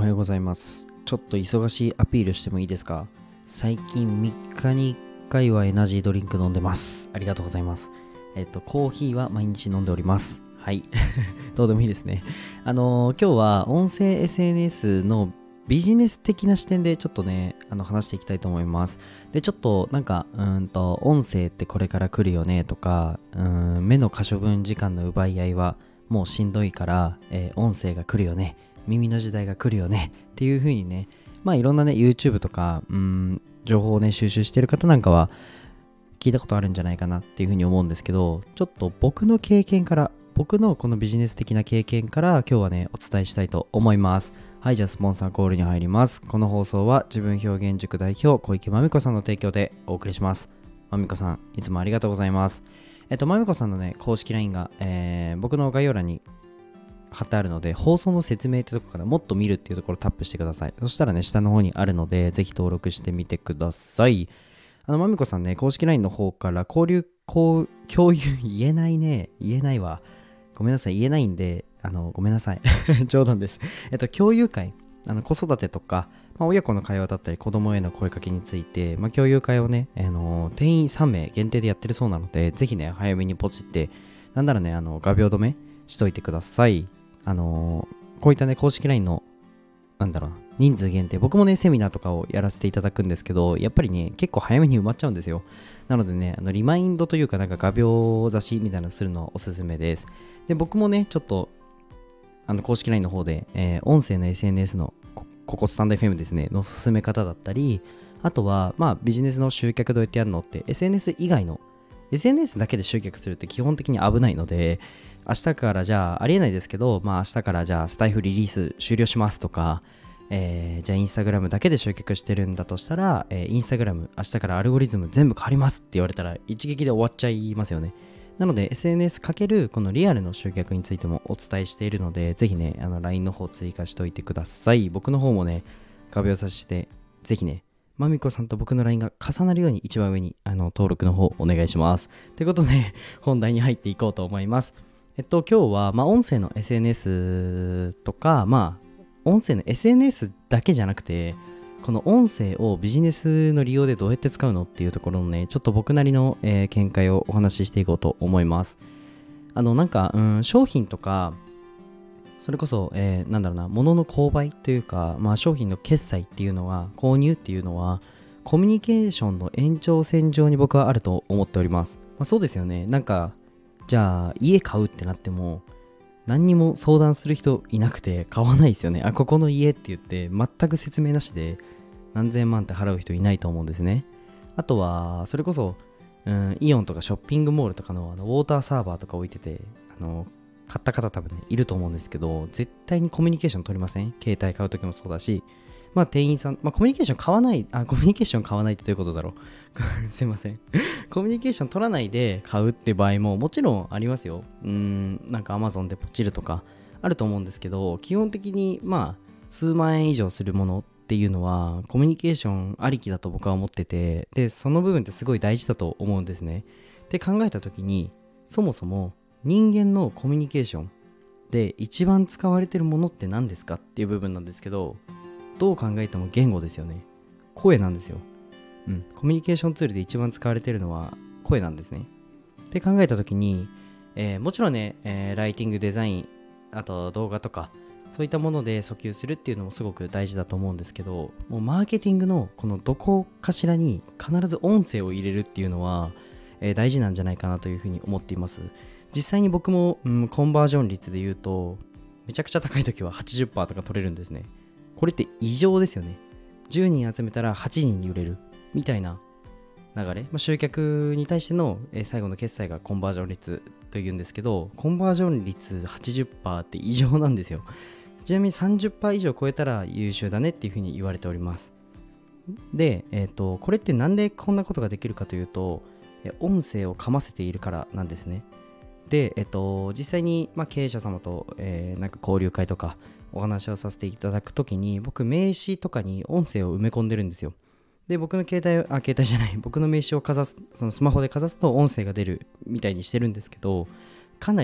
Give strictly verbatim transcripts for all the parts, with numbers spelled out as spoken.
はようございます。ちょっと忙しいアピールしてもいいですか？最近みっかにいっかいはエナジードリンク飲んでます。ありがとうございます。えっと、コーヒーは毎日飲んでおります。はい。どうでもいいですね。あのー、今日は音声 エスエヌエス のビジネス的な視点でちょっとね、あの話していきたいと思います。で、ちょっとなんか、うーんと、音声ってこれから来るよねとか、うーん、目の可処分時間の奪い合いはもうしんどいから、えー音声が来るよね。耳の時代が来るよねっていう風にね、まあいろんなね YouTube とかうーん情報をね収集してる方なんかは聞いたことあるんじゃないかなっていう風に思うんですけど、ちょっと僕の経験から僕のこのビジネス的な経験から今日はねお伝えしたいと思います。はい、じゃあスポンサーコールに入ります。この放送は自分表現塾代表小池まみこさんの提供でお送りします。まみこさんいつもありがとうございます。えっとまみこさんのね公式 ライン が、えー僕の概要欄に貼ってあるので、放送の説明ってとこからもっと見るっていうところをタップしてください。そしたらね、下の方にあるので、ぜひ登録してみてください。あの、まみこさんね、公式 ライン の方から交流、こう、共有、言えないね。言えないわ。ごめんなさい。言えないんで、あの、ごめんなさい。冗談です。えっと、共有会、あの子育てとか、まあ、親子の会話だったり、子供への声かけについて、まあ、共有会をね、あの定員さんめい限定でやってるそうなので、ぜひね、早めにポチって、なんならね、あの、画鋲止めしといてください。あのー、こういったね、公式 ライン の、なんだろうな、人数限定、僕もね、セミナーとかをやらせていただくんですけど、やっぱりね、結構早めに埋まっちゃうんですよ。なのでね、あのリマインドというか、なんか画鋲雑誌みたいなのするのおすすめです。で、僕もね、ちょっと、あの公式 ライン の方で、えー音声の エスエヌエス のこ、ここスタンド エフエム ですね、の進め方だったり、あとは、まあ、ビジネスの集客どうやってやるのって、エスエヌエス 以外の、エスエヌエス だけで集客するって基本的に危ないので、明日からじゃあ、ありえないですけど、まあ明日からじゃあスタイフリリース終了しますとか、えー、じゃあインスタグラムだけで集客してるんだとしたら、えー、インスタグラム明日からアルゴリズム全部変わりますって言われたら一撃で終わっちゃいますよね。なので エスエヌエス かけるこのリアルの集客についてもお伝えしているので、ぜひね、あの ライン の方追加しておいてください。僕の方もね、画鋲させて、ぜひね、まみこさんと僕の ライン が重なるように一番上にあの登録の方お願いします。ということで、本題に入っていこうと思います。えっと、今日は、まあ、音声の エスエヌエス とか、まあ、音声の エスエヌエス だけじゃなくて、この音声をビジネスの利用でどうやって使うのっていうところのね、ちょっと僕なりの、えー見解をお話ししていこうと思います。あの、なんか、うん、商品とか、それこそ、えーなんだろうな、物の購買というか、まあ、商品の決済っていうのは、購入っていうのは、コミュニケーションの延長線上に僕はあると思っております。まあ、そうですよね。なんか、じゃあ家買うってなっても何にも相談する人いなくて買わないですよね。あ、ここの家って言って全く説明なしで何千万って払う人いないと思うんですね。あとはそれこそ、うん、イオンとかショッピングモールとかの、あのウォーターサーバーとか置いてて、あの買った方多分ねいると思うんですけど、絶対にコミュニケーション取りません？携帯買う時もそうだし、まあ店員さん、まあコミュニケーション買わない、あ、コミュニケーション買わないってどういうことだろう。すいません。コミュニケーション取らないで買うって場合ももちろんありますよ。うーん、なんか Amazon でポチるとかあると思うんですけど、基本的にまあ数万円以上するものっていうのはコミュニケーションありきだと僕は思ってて、で、その部分ってすごい大事だと思うんですね。って考えた時に、そもそも人間のコミュニケーションで一番使われてるものって何ですかっていう部分なんですけど、どう考えても言語ですよね。声なんですよ。うん。コミュニケーションツールで一番使われているのは声なんですね。って考えたときに、えーもちろんね、えーライティング、デザイン、あと動画とか、そういったもので訴求するっていうのもすごく大事だと思うんですけど、もうマーケティングのこのどこかしらに必ず音声を入れるっていうのは、えー大事なんじゃないかなというふうに思っています。実際に僕も、うん、コンバージョン率で言うと、めちゃくちゃ高いときは はちじゅっパーセント とか取れるんですね。これって異常ですよね。じゅうにん集めたらはちにんに売れるみたいな流れ、まあ、集客に対しての、えー最後の決済がコンバージョン率というんですけど、コンバージョン率 はちじゅっパーセント って異常なんですよ。ちなみに さんじゅっパーセント 以上超えたら優秀だねっていうふうに言われております。で、えーと、これってなんでこんなことができるかというと、え音声を噛ませているからなんですね。で、えっと、実際に、まあ、経営者様と、えーなんか交流会とかお話をさせていただくときに、僕名刺とかに音声を埋め込んでるんですよ。で、僕の携帯、あ、携帯じゃない、僕の名刺をかざす、そのスマホでかざすと音声が出るみたいにしてるんですけど、かなりね、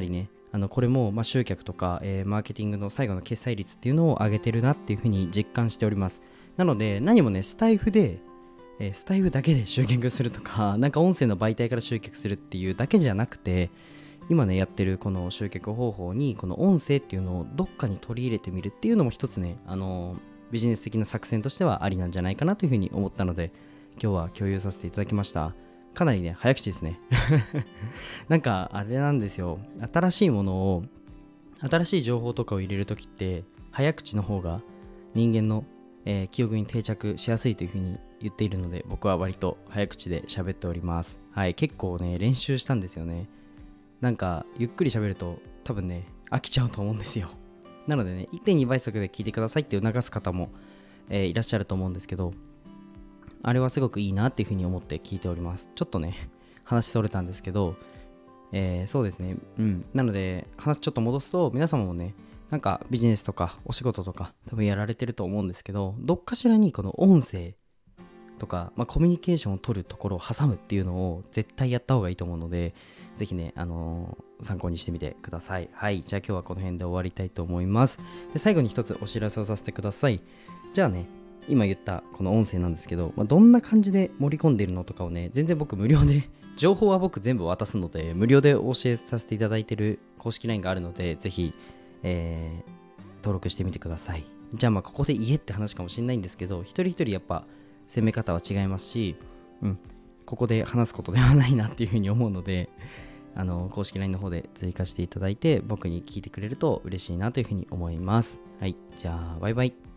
あのこれもまあ集客とか、えーマーケティングの最後の決済率っていうのを上げてるなっていうふうに実感しております。なので何もねスタイフで、えースタイフだけで集客するとかなんか音声の媒体から集客するっていうだけじゃなくて、今ねやってるこの集客方法にこの音声っていうのをどっかに取り入れてみるっていうのも一つね、あのービジネス的な作戦としてはありなんじゃないかなというふうに思ったので、今日は共有させていただきました。かなりね早口ですねなんかあれなんですよ、新しいものを新しい情報とかを入れるときって早口の方が人間の、えー記憶に定着しやすいというふうに言っているので、僕は割と早口で喋っております。はい、結構ね練習したんですよね。なんかゆっくり喋ると多分ね飽きちゃうと思うんですよ。なのでね いってんに 倍速で聞いてくださいって促す方も、えーいらっしゃると思うんですけど、あれはすごくいいなっていうふうに思って聞いております。ちょっとね話それたんですけど、えーそうですね、うんなので話ちょっと戻すと、皆様もねなんかビジネスとかお仕事とか多分やられてると思うんですけど、どっかしらにこの音声とか、まあ、コミュニケーションを取るところを挟むっていうのを絶対やった方がいいと思うので、ぜひね、あのー参考にしてみてください。はい、じゃあ今日はこの辺で終わりたいと思います。で、最後に一つお知らせをさせてください。じゃあね、今言ったこの音声なんですけど、まあ、どんな感じで盛り込んでいるのとかをね、全然僕無料で情報は僕全部渡すので、無料でお教えさせていただいている公式 ライン があるので、ぜひ、えー登録してみてください。じゃあまあここで言えって話かもしれないんですけど、一人一人やっぱ攻め方は違いますし、うん、ここで話すことではないなっていうふうに思うので、あの公式 ライン の方で追加していただいて僕に聞いてくれると嬉しいなというふうに思います。はい、じゃあバイバイ。